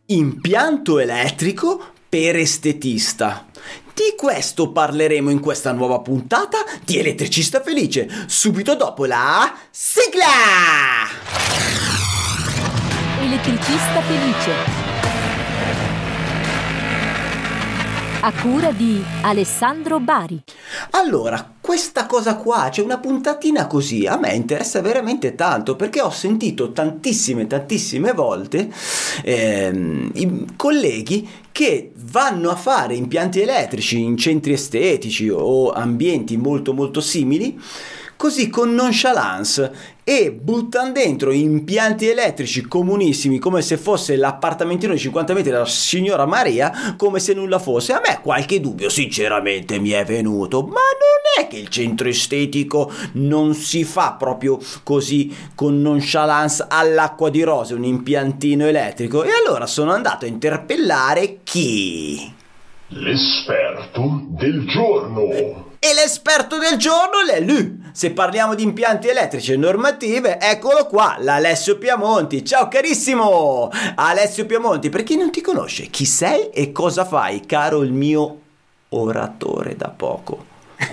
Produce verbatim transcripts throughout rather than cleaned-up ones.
Impianto elettrico per estetista. Di questo parleremo in questa nuova puntata di Elettricista Felice, subito dopo la sigla! Elettricista Felice, a cura di Alessandro Bari. Allora, questa cosa qua, c'è una puntatina così, a me interessa veramente tanto, perché ho sentito tantissime, tantissime volte ehm, i colleghi che vanno a fare impianti elettrici in centri estetici o ambienti molto molto simili, così con nonchalance, e buttano dentro impianti elettrici comunissimi come se fosse l'appartamentino di cinquanta metri della signora Maria, come se nulla fosse. A me qualche dubbio sinceramente mi è venuto, ma non è che il centro estetico non si fa proprio così con nonchalance all'acqua di rose un impiantino elettrico? E allora sono andato a interpellare chi? L'esperto del giorno. E l'esperto del giorno è lui. Se parliamo di impianti elettrici e normative, eccolo qua, l'Alessio Piamonti. Ciao carissimo Alessio Piamonti. Per chi non ti conosce, chi sei e cosa fai, caro il mio oratore da poco?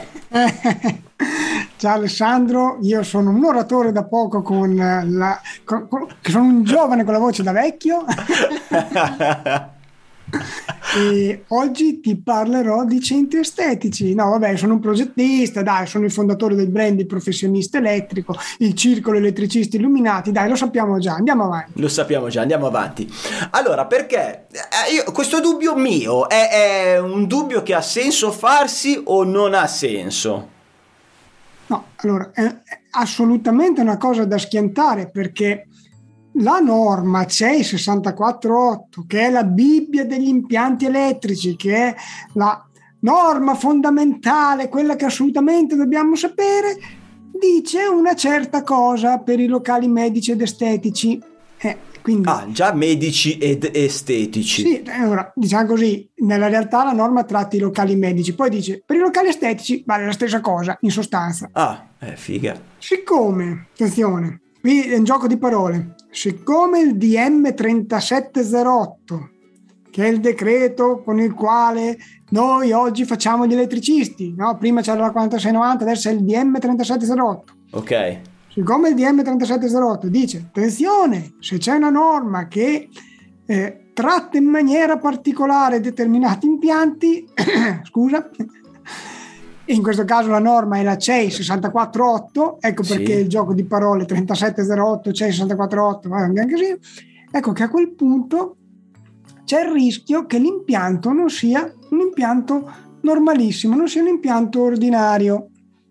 Ciao Alessandro, io sono un oratore da poco con la con, con, sono un giovane con la voce da vecchio. E oggi ti parlerò di centri estetici. No, vabbè, sono un progettista, dai, sono il fondatore del brand Il Professionista Elettrico, il Circolo Elettricisti Illuminati, dai, lo sappiamo già, andiamo avanti. Lo sappiamo già, andiamo avanti. Allora, perché eh, io, questo dubbio mio è, è un dubbio che ha senso farsi o non ha senso? No, allora, è, è assolutamente una cosa da schiantare, perché la norma C E I sessantaquattro otto, che è la Bibbia degli impianti elettrici, che è la norma fondamentale, quella che assolutamente dobbiamo sapere, dice una certa cosa per i locali medici ed estetici. Eh, quindi, ah, già medici ed estetici. Sì, allora, diciamo così, nella realtà la norma tratta i locali medici, poi dice per i locali estetici vale la stessa cosa, in sostanza. Ah, è figa. Siccome, attenzione, qui è un gioco di parole, siccome il D M trentasette zero otto, che è il decreto con il quale noi oggi facciamo gli elettricisti, no? Prima c'era la quarantasei novanta, adesso è il D M trentasette zero otto. Ok. Siccome il D M trentasette zero otto dice, attenzione, se c'è una norma che eh, tratta in maniera particolare determinati impianti, scusa, in questo caso la norma è la C E I sessantaquattro otto, ecco perché sì. Il gioco di parole trentasette zero otto, C E I sessantaquattro otto, va anche così. Ecco che a quel punto c'è il rischio che l'impianto non sia un impianto normalissimo, non sia un impianto ordinario.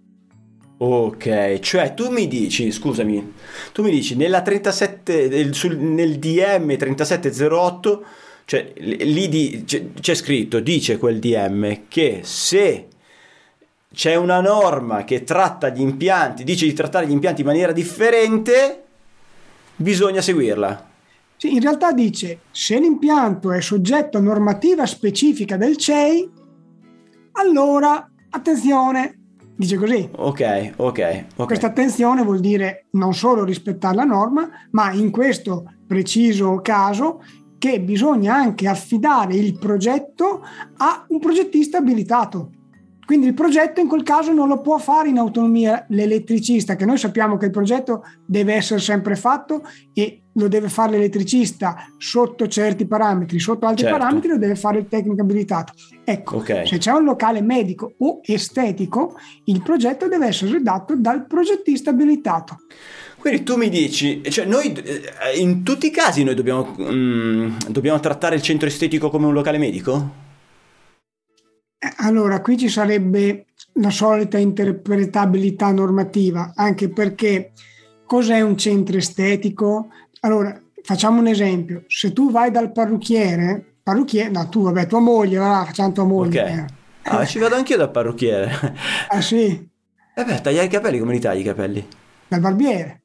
Ok, cioè tu mi dici, scusami, tu mi dici nella trentasette, sul, nel D M trentasette zero otto, cioè lì di, c'è, c'è scritto, dice quel D M che se c'è una norma che tratta gli impianti, dice di trattare gli impianti in maniera differente, bisogna seguirla. Sì, in realtà dice, se l'impianto è soggetto a normativa specifica del C E I, allora, attenzione, dice così. Ok, ok, ok. Questa attenzione vuol dire non solo rispettare la norma, ma in questo preciso caso che bisogna anche affidare il progetto a un progettista abilitato. Quindi il progetto in quel caso non lo può fare in autonomia l'elettricista, che noi sappiamo che il progetto deve essere sempre fatto e lo deve fare l'elettricista sotto certi parametri, sotto altri certo. parametri lo deve fare il tecnico abilitato. Ecco, okay. Se c'è un locale medico o estetico, il progetto deve essere redatto dal progettista abilitato. Quindi tu mi dici, cioè noi in tutti i casi noi dobbiamo, mm, dobbiamo trattare il centro estetico come un locale medico? Allora, qui ci sarebbe la solita interpretabilità normativa, anche perché cos'è un centro estetico? Allora, facciamo un esempio. Se tu vai dal parrucchiere, parrucchiere, no, tu, vabbè, tua moglie, va, facciamo tua moglie. Ok. Ah, ci vado anch'io dal parrucchiere. Ah, sì? Eh beh, tagliare i capelli, come li tagli i capelli? Dal barbiere.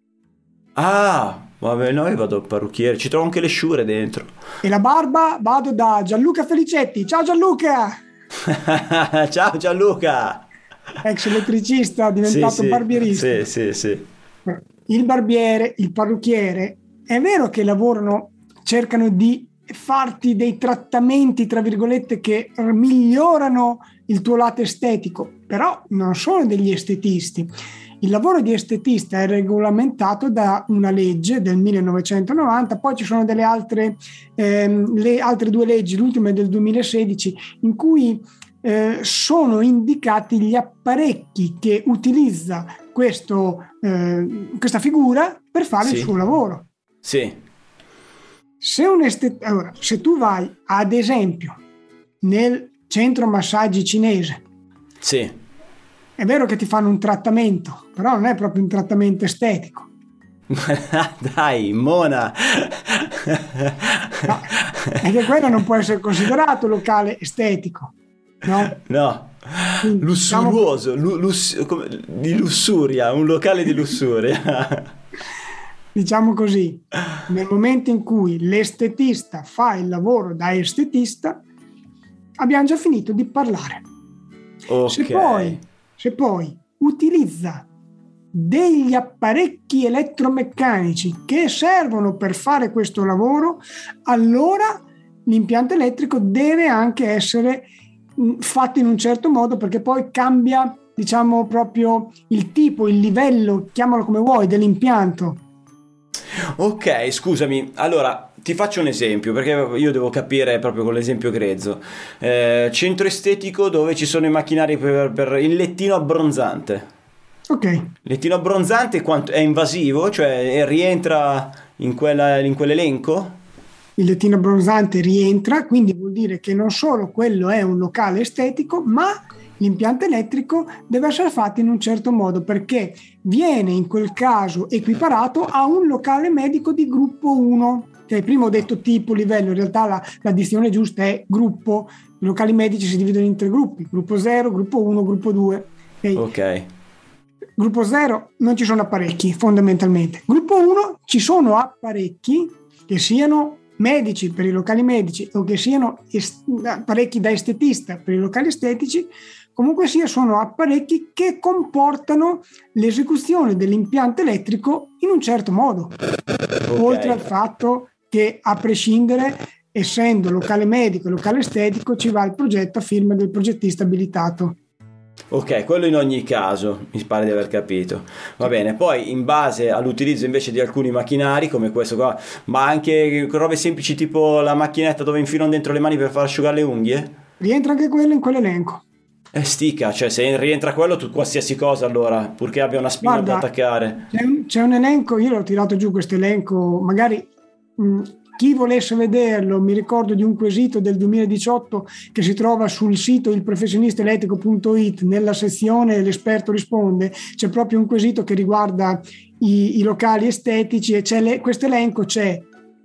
Ah, vabbè, no, io vado al parrucchiere, ci trovo anche le sciure dentro. E la barba vado da Gianluca Felicetti. Ciao Gianluca! Ciao Gianluca, ex elettricista diventato sì, sì, barbierista. Sì, sì, sì. Il barbiere, il parrucchiere, è vero che lavorano, cercano di farti dei trattamenti, tra virgolette, che migliorano il tuo lato estetico, però non sono degli estetisti. Il lavoro di estetista è regolamentato da una legge del millenovecentonovanta, poi ci sono delle altre, ehm, le altre due leggi, l'ultima è del duemilasedici, in cui eh, sono indicati gli apparecchi che utilizza questo, eh, questa figura per fare sì. il suo lavoro. Sì. Se, un estet- allora, se tu vai, ad esempio, nel centro massaggi cinese, sì. è vero che ti fanno un trattamento, però non è proprio un trattamento estetico. Dai, Mona! No, è che quello non può essere considerato locale estetico, no? No, Quindi, lussurioso, diciamo, luss- di lussuria, un locale di lussuria. Diciamo così, nel momento in cui l'estetista fa il lavoro da estetista, abbiamo già finito di parlare. Okay. Se poi Se poi utilizza degli apparecchi elettromeccanici che servono per fare questo lavoro, allora l'impianto elettrico deve anche essere fatto in un certo modo, perché poi cambia, diciamo, proprio il tipo, il livello, chiamalo come vuoi, dell'impianto. Ok, scusami, allora ti faccio un esempio, perché io devo capire proprio con l'esempio grezzo. Eh, centro estetico dove ci sono i macchinari per, per il lettino abbronzante. Ok. Il lettino abbronzante quanto, è invasivo? Cioè rientra in, quella, in quell'elenco? Il lettino abbronzante rientra, quindi vuol dire che non solo quello è un locale estetico, ma l'impianto elettrico deve essere fatto in un certo modo, perché viene in quel caso equiparato a un locale medico di gruppo uno. Cioè, prima ho detto tipo, livello, in realtà la, la dizione giusta è gruppo. I locali medici si dividono in tre gruppi: gruppo zero, gruppo uno, gruppo due. Okay? Ok. Gruppo zero non ci sono apparecchi, fondamentalmente. Gruppo uno ci sono apparecchi, che siano medici per i locali medici o che siano est- apparecchi da estetista per i locali estetici. Comunque sia, sono apparecchi che comportano l'esecuzione dell'impianto elettrico in un certo modo. Okay. Oltre al fatto che, a prescindere, essendo locale medico e locale estetico, ci va il progetto a firma del progettista abilitato. Ok, quello in ogni caso, mi pare di aver capito. Va bene, poi in base all'utilizzo invece di alcuni macchinari come questo qua, ma anche robe semplici tipo la macchinetta dove infilano dentro le mani per far asciugare le unghie? Rientra anche quello in quell'elenco. Eh stica, cioè se rientra quello tu qualsiasi cosa, allora, purché abbia una spina da attaccare. C'è un, c'è un elenco, io l'ho tirato giù questo elenco, magari mh, chi volesse vederlo, mi ricordo di un quesito del duemiladiciotto che si trova sul sito il professionista elettrico punto it, nella sezione l'esperto risponde, c'è proprio un quesito che riguarda i, i locali estetici e c'è le, questo elenco c'è.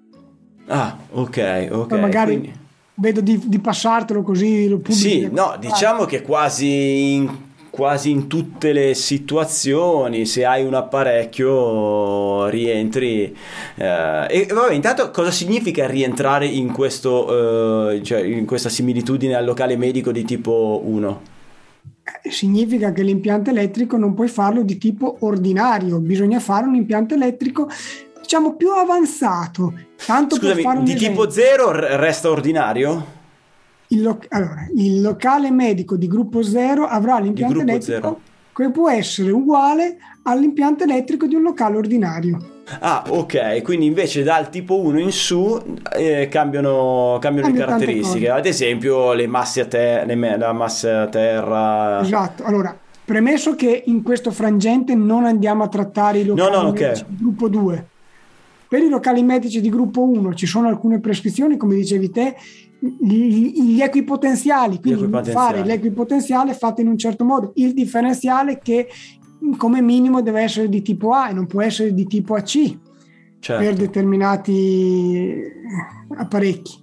Ah, ok, ok. Poi magari quindi... vedo di, di passartelo così lo pubblico. Sì, no, diciamo che quasi in, quasi in tutte le situazioni, se hai un apparecchio rientri eh, e vabbè, intanto cosa significa rientrare in questo eh, cioè in questa similitudine al locale medico di tipo uno? Eh, significa che l'impianto elettrico non puoi farlo di tipo ordinario, bisogna fare un impianto elettrico, diciamo, più avanzato. Tanto Scusami, per fare un di esempio, tipo zero resta ordinario? Il, lo- allora, il locale medico di gruppo zero avrà l'impianto gruppo elettrico zero. che può essere uguale all'impianto elettrico di un locale ordinario. Ah, ok, quindi invece dal tipo uno in su eh, cambiano, cambiano Cambia le tante caratteristiche, cose. ad esempio le masse a terra, la massa a terra. Esatto. Allora, premesso che in questo frangente non andiamo a trattare i locali No, no, ok. medici di gruppo due. Per i locali medici di gruppo uno ci sono alcune prescrizioni, come dicevi te, gli, gli equipotenziali, quindi equipotenziali. fare l'equipotenziale fatto in un certo modo, il differenziale che come minimo deve essere di tipo A e non può essere di tipo A C, Certo. per determinati apparecchi.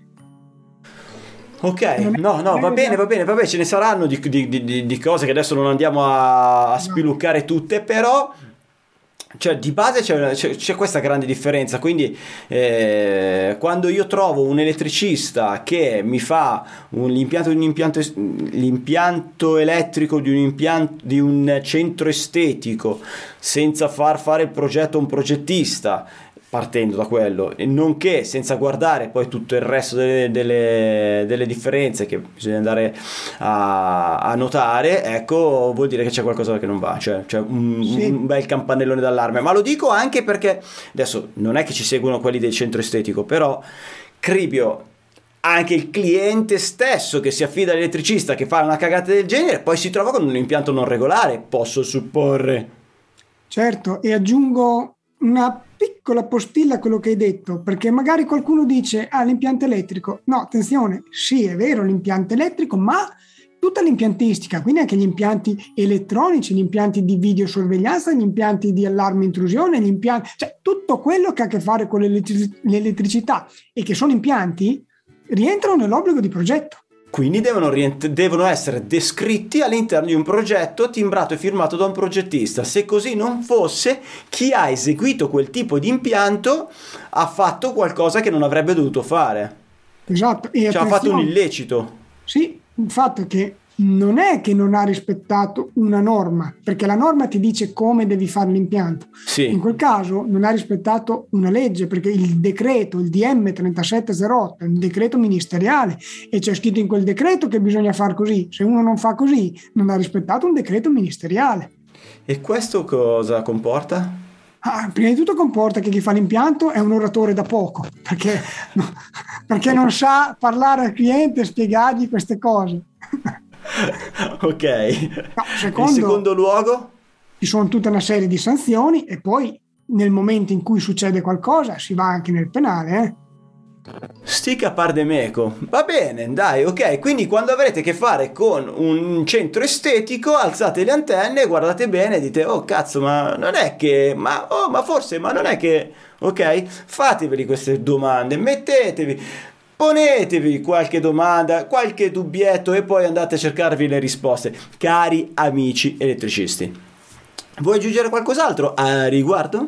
Ok, no, no, va bene, va bene, vabbè, ce ne saranno di, di, di, di cose che adesso non andiamo a, a spiluccare tutte, però cioè di base c'è, c'è, c'è questa grande differenza, quindi eh, quando io trovo un elettricista che mi fa un, l'impianto di un impianto l'impianto elettrico di un impianto di un centro estetico senza far fare il progetto a un progettista, partendo da quello, e nonché senza guardare poi tutto il resto delle, delle, delle differenze che bisogna andare a, a notare, ecco, vuol dire che c'è qualcosa che non va, cioè c'è un, sì. un bel campanellone d'allarme. Ma lo dico anche perché adesso non è che ci seguono quelli del centro estetico, però Cribio, anche il cliente stesso che si affida all'elettricista che fa una cagata del genere poi si trova con un impianto non regolare, posso supporre. Certo, e aggiungo una piccola postilla a quello che hai detto, perché magari qualcuno dice ah, l'impianto elettrico. No, attenzione, sì, è vero l'impianto elettrico, ma tutta l'impiantistica, quindi anche gli impianti elettronici, gli impianti di videosorveglianza, gli impianti di allarme intrusione, gli impianti, cioè tutto quello che ha a che fare con l'elettricità e che sono impianti rientrano nell'obbligo di progetto. Quindi devono, rient- devono essere descritti all'interno di un progetto timbrato e firmato da un progettista. Se così non fosse, chi ha eseguito quel tipo di impianto ha fatto qualcosa che non avrebbe dovuto fare. Esatto. E cioè ha fatto un illecito. Sì, il fatto è che non è che non ha rispettato una norma, perché la norma ti dice come devi fare l'impianto. Sì. In quel caso non ha rispettato una legge, perché il decreto, il D M trentasette zero otto, è un decreto ministeriale e c'è scritto in quel decreto che bisogna far così. Se uno non fa così, non ha rispettato un decreto ministeriale. E questo cosa comporta? Ah, prima di tutto comporta che chi fa l'impianto è un oratore da poco, perché, no, perché non sa parlare al cliente e spiegargli queste cose. Ok. No, secondo, in secondo luogo ci sono tutta una serie di sanzioni e poi nel momento in cui succede qualcosa si va anche nel penale, eh? Stica par de meco. Va bene, dai, ok. Quindi quando avrete a che fare con un centro estetico, alzate le antenne, guardate bene e dite oh cazzo, ma non è che ma oh ma forse ma non è che ok, fateveli queste domande, mettetevi, ponetevi qualche domanda, qualche dubbietto e poi andate a cercarvi le risposte, cari amici elettricisti. Vuoi aggiungere qualcos'altro a riguardo?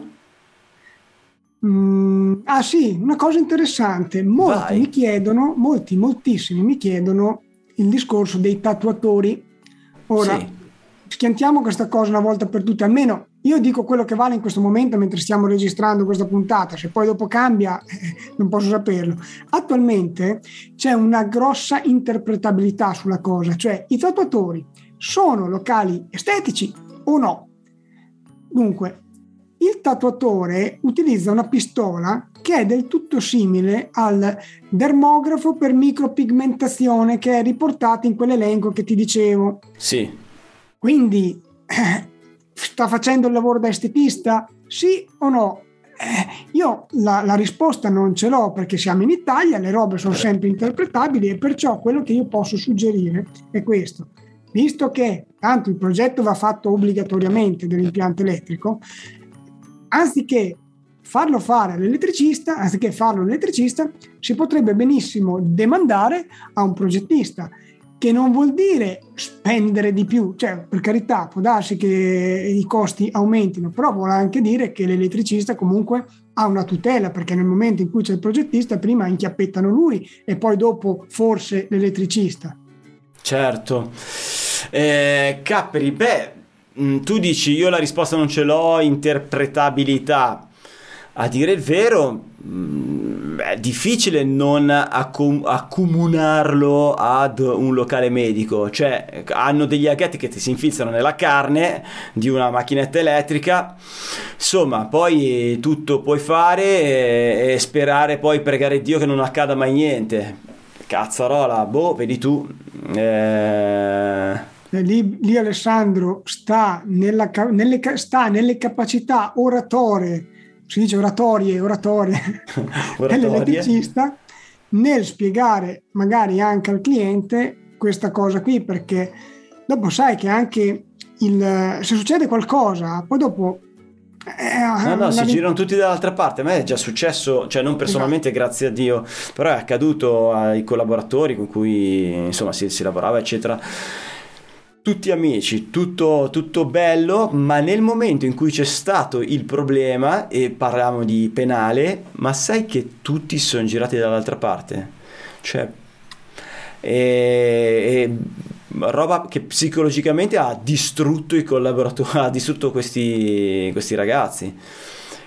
Mm, ah sì, una cosa interessante. Molti Vai. mi chiedono, molti, moltissimi mi chiedono il discorso dei tatuatori. Ora, Sì. schiantiamo questa cosa una volta per tutte, almeno io dico quello che vale in questo momento mentre stiamo registrando questa puntata, se poi dopo cambia eh, non posso saperlo. Attualmente c'è una grossa interpretabilità sulla cosa, cioè i tatuatori sono locali estetici o no? Dunque, il tatuatore utilizza una pistola che è del tutto simile al dermografo per micropigmentazione che è riportato in quell'elenco che ti dicevo. Sì. Quindi eh, sta facendo il lavoro da estetista? Sì o no? Eh, io la, la risposta non ce l'ho perché siamo in Italia, le robe sono sempre interpretabili e perciò quello che io posso suggerire è questo. Visto che tanto il progetto va fatto obbligatoriamente dell'impianto elettrico, anziché farlo fare all'elettricista, anziché farlo all'elettricista, si potrebbe benissimo demandare a un progettista, che non vuol dire spendere di più, cioè per carità può darsi che i costi aumentino, però vuole anche dire che l'elettricista comunque ha una tutela, perché nel momento in cui c'è il progettista prima inchiappettano lui e poi dopo forse l'elettricista. Certo. Eh, Capperi, beh, tu dici io la risposta non ce l'ho, interpretabilità. A dire il vero è difficile non accum- accomunarlo ad un locale medico, cioè hanno degli aghetti che ti si infilzano nella carne di una macchinetta elettrica, insomma poi tutto puoi fare e, e sperare, poi pregare Dio che non accada mai niente. Cazzarola, boh, vedi tu. Eh... Lì, lì Alessandro sta, nella, nelle, sta nelle capacità oratorie, si dice oratorie, oratorie, dell'elettricista nel spiegare magari anche al cliente questa cosa qui, perché dopo sai che anche il, se succede qualcosa, poi dopo Eh, no, no, si vita... girano tutti dall'altra parte. A me è già successo, cioè non personalmente, esatto, grazie a Dio, però è accaduto ai collaboratori con cui insomma si, si lavorava, eccetera. Tutti amici, tutto, tutto bello, ma nel momento in cui c'è stato il problema, e parliamo di penale, ma sai che tutti si sono girati dall'altra parte? Cioè, e, e roba che psicologicamente ha distrutto i collaboratori, ha distrutto questi, questi ragazzi.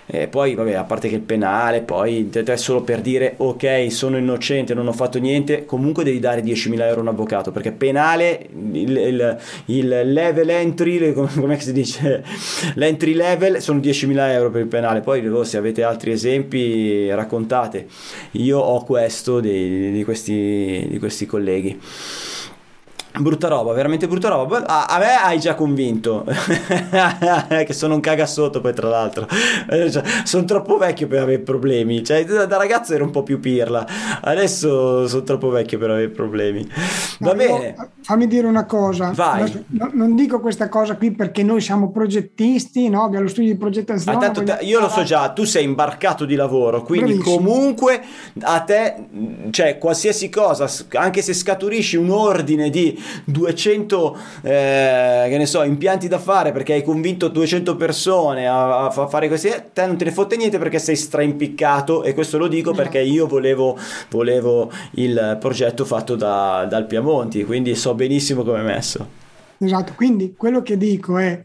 E poi vabbè, a parte che il penale, poi è solo per dire ok, sono innocente, non ho fatto niente, comunque devi dare diecimila euro a un avvocato, perché penale il, il, il level entry, come si dice, l'entry level sono diecimila euro per il penale. Poi se avete altri esempi raccontate, io ho questo di, di questi di questi colleghi. Brutta roba, veramente brutta roba. A, a me hai già convinto che sono un cagasotto, poi tra l'altro sono troppo vecchio per avere problemi, cioè da, da ragazzo ero un po' più pirla, adesso sono troppo vecchio per avere problemi. Va no, bene, io, fammi dire una cosa. Vai. No, non dico questa cosa qui perché noi siamo progettisti, no? Abbiamo lo studio di progettazione. Ah, tanto te, io lo so già, tu sei imbarcato di lavoro, quindi bravissimo. Comunque a te, cioè qualsiasi cosa, anche se scaturisci un ordine di duecento eh, che ne so impianti da fare perché hai convinto duecento persone a, a fare questi, te non te ne fotte niente perché sei straimpiccato, e questo lo dico perché io volevo volevo il progetto fatto da, dal Piamonti, quindi so benissimo come è messo. Esatto, quindi quello che dico è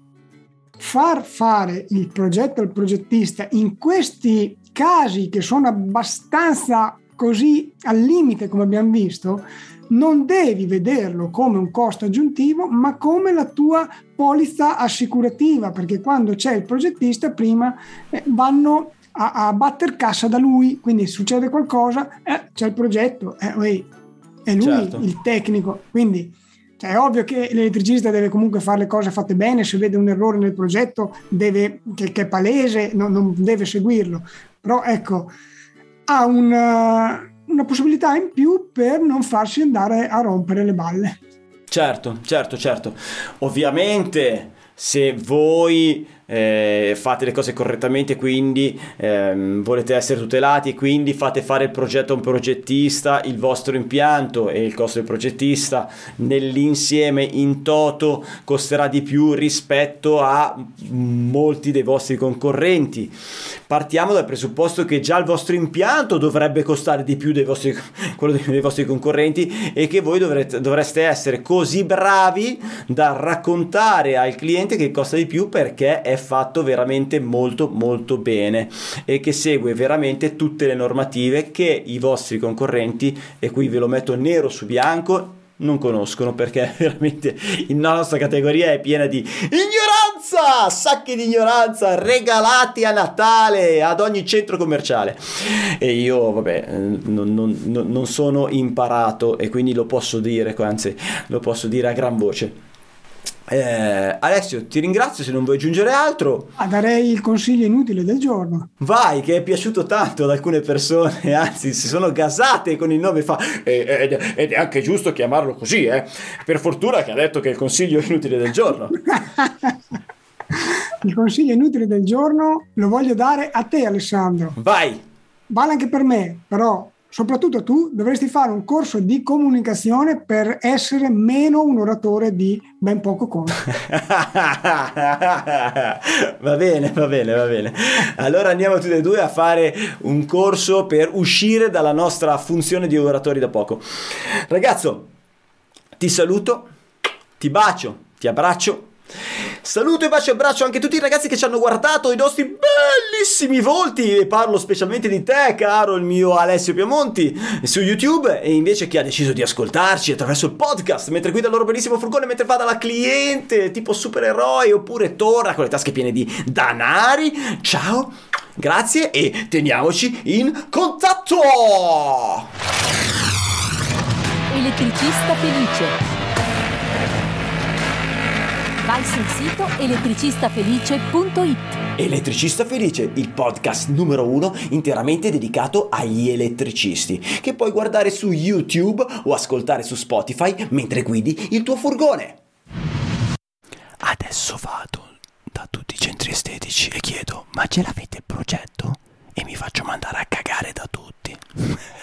far fare il progetto al progettista in questi casi che sono abbastanza così al limite, come abbiamo visto. Non devi vederlo come un costo aggiuntivo, ma come la tua polizza assicurativa, perché quando c'è il progettista prima eh, vanno a, a batter cassa da lui, quindi succede qualcosa, eh, c'è il progetto, eh, uè, è lui certo. Il tecnico, quindi cioè, è ovvio che l'elettricista deve comunque fare le cose fatte bene, se vede un errore nel progetto deve, che, che è palese, no, non deve seguirlo, però ecco, ha un... una possibilità in più per non farsi andare a rompere le balle. Certo, certo, certo. Ovviamente se voi eh, fate le cose correttamente, quindi ehm, volete essere tutelati, quindi fate fare il progetto a un progettista, il vostro impianto e il costo del progettista nell'insieme in toto costerà di più rispetto a molti dei vostri concorrenti. Partiamo dal presupposto che già il vostro impianto dovrebbe costare di più dei vostri, quello dei vostri concorrenti, e che voi dovrete, dovreste essere così bravi da raccontare al cliente che costa di più perché è fatto veramente molto molto bene e che segue veramente tutte le normative che i vostri concorrenti, e qui ve lo metto nero su bianco, non conoscono, perché veramente la nostra categoria è piena di ignoranza, sacchi di ignoranza regalati a Natale ad ogni centro commerciale, e io vabbè non, non, non sono imparato e quindi lo posso dire, anzi lo posso dire a gran voce. Eh, Alessio, ti ringrazio, se non vuoi aggiungere altro. Ah, darei il consiglio inutile del giorno. Vai, che è piaciuto tanto ad alcune persone, anzi si sono gasate con il nome, fa ed, ed è anche giusto chiamarlo così, eh. Per fortuna che ha detto che è il consiglio inutile del giorno. Il consiglio inutile del giorno lo voglio dare a te, Alessandro. Vai. Vale anche per me, però soprattutto tu dovresti fare un corso di comunicazione per essere meno un oratore di ben poco conto. Va bene, va bene, va bene. Allora andiamo tutti e due a fare un corso per uscire dalla nostra funzione di oratori da poco. Ragazzo, ti saluto, ti bacio, ti abbraccio. Saluto e bacio e abbraccio anche tutti i ragazzi che ci hanno guardato i nostri bellissimi volti, e parlo specialmente di te, caro il mio Alessio Piamonti, su YouTube, e invece chi ha deciso di ascoltarci attraverso il podcast mentre guida il loro bellissimo furgone, mentre va dalla cliente tipo supereroe, oppure torna con le tasche piene di danari. Ciao, grazie e teniamoci in contatto. Elettricista felice. Vai sul sito elettricistafelice punto it. Elettricista Felice, il podcast numero uno interamente dedicato agli elettricisti, che puoi guardare su YouTube o ascoltare su Spotify mentre guidi il tuo furgone. Adesso vado da tutti i centri estetici e chiedo: ma ce l'avete il progetto? E mi faccio mandare a cagare da tutti.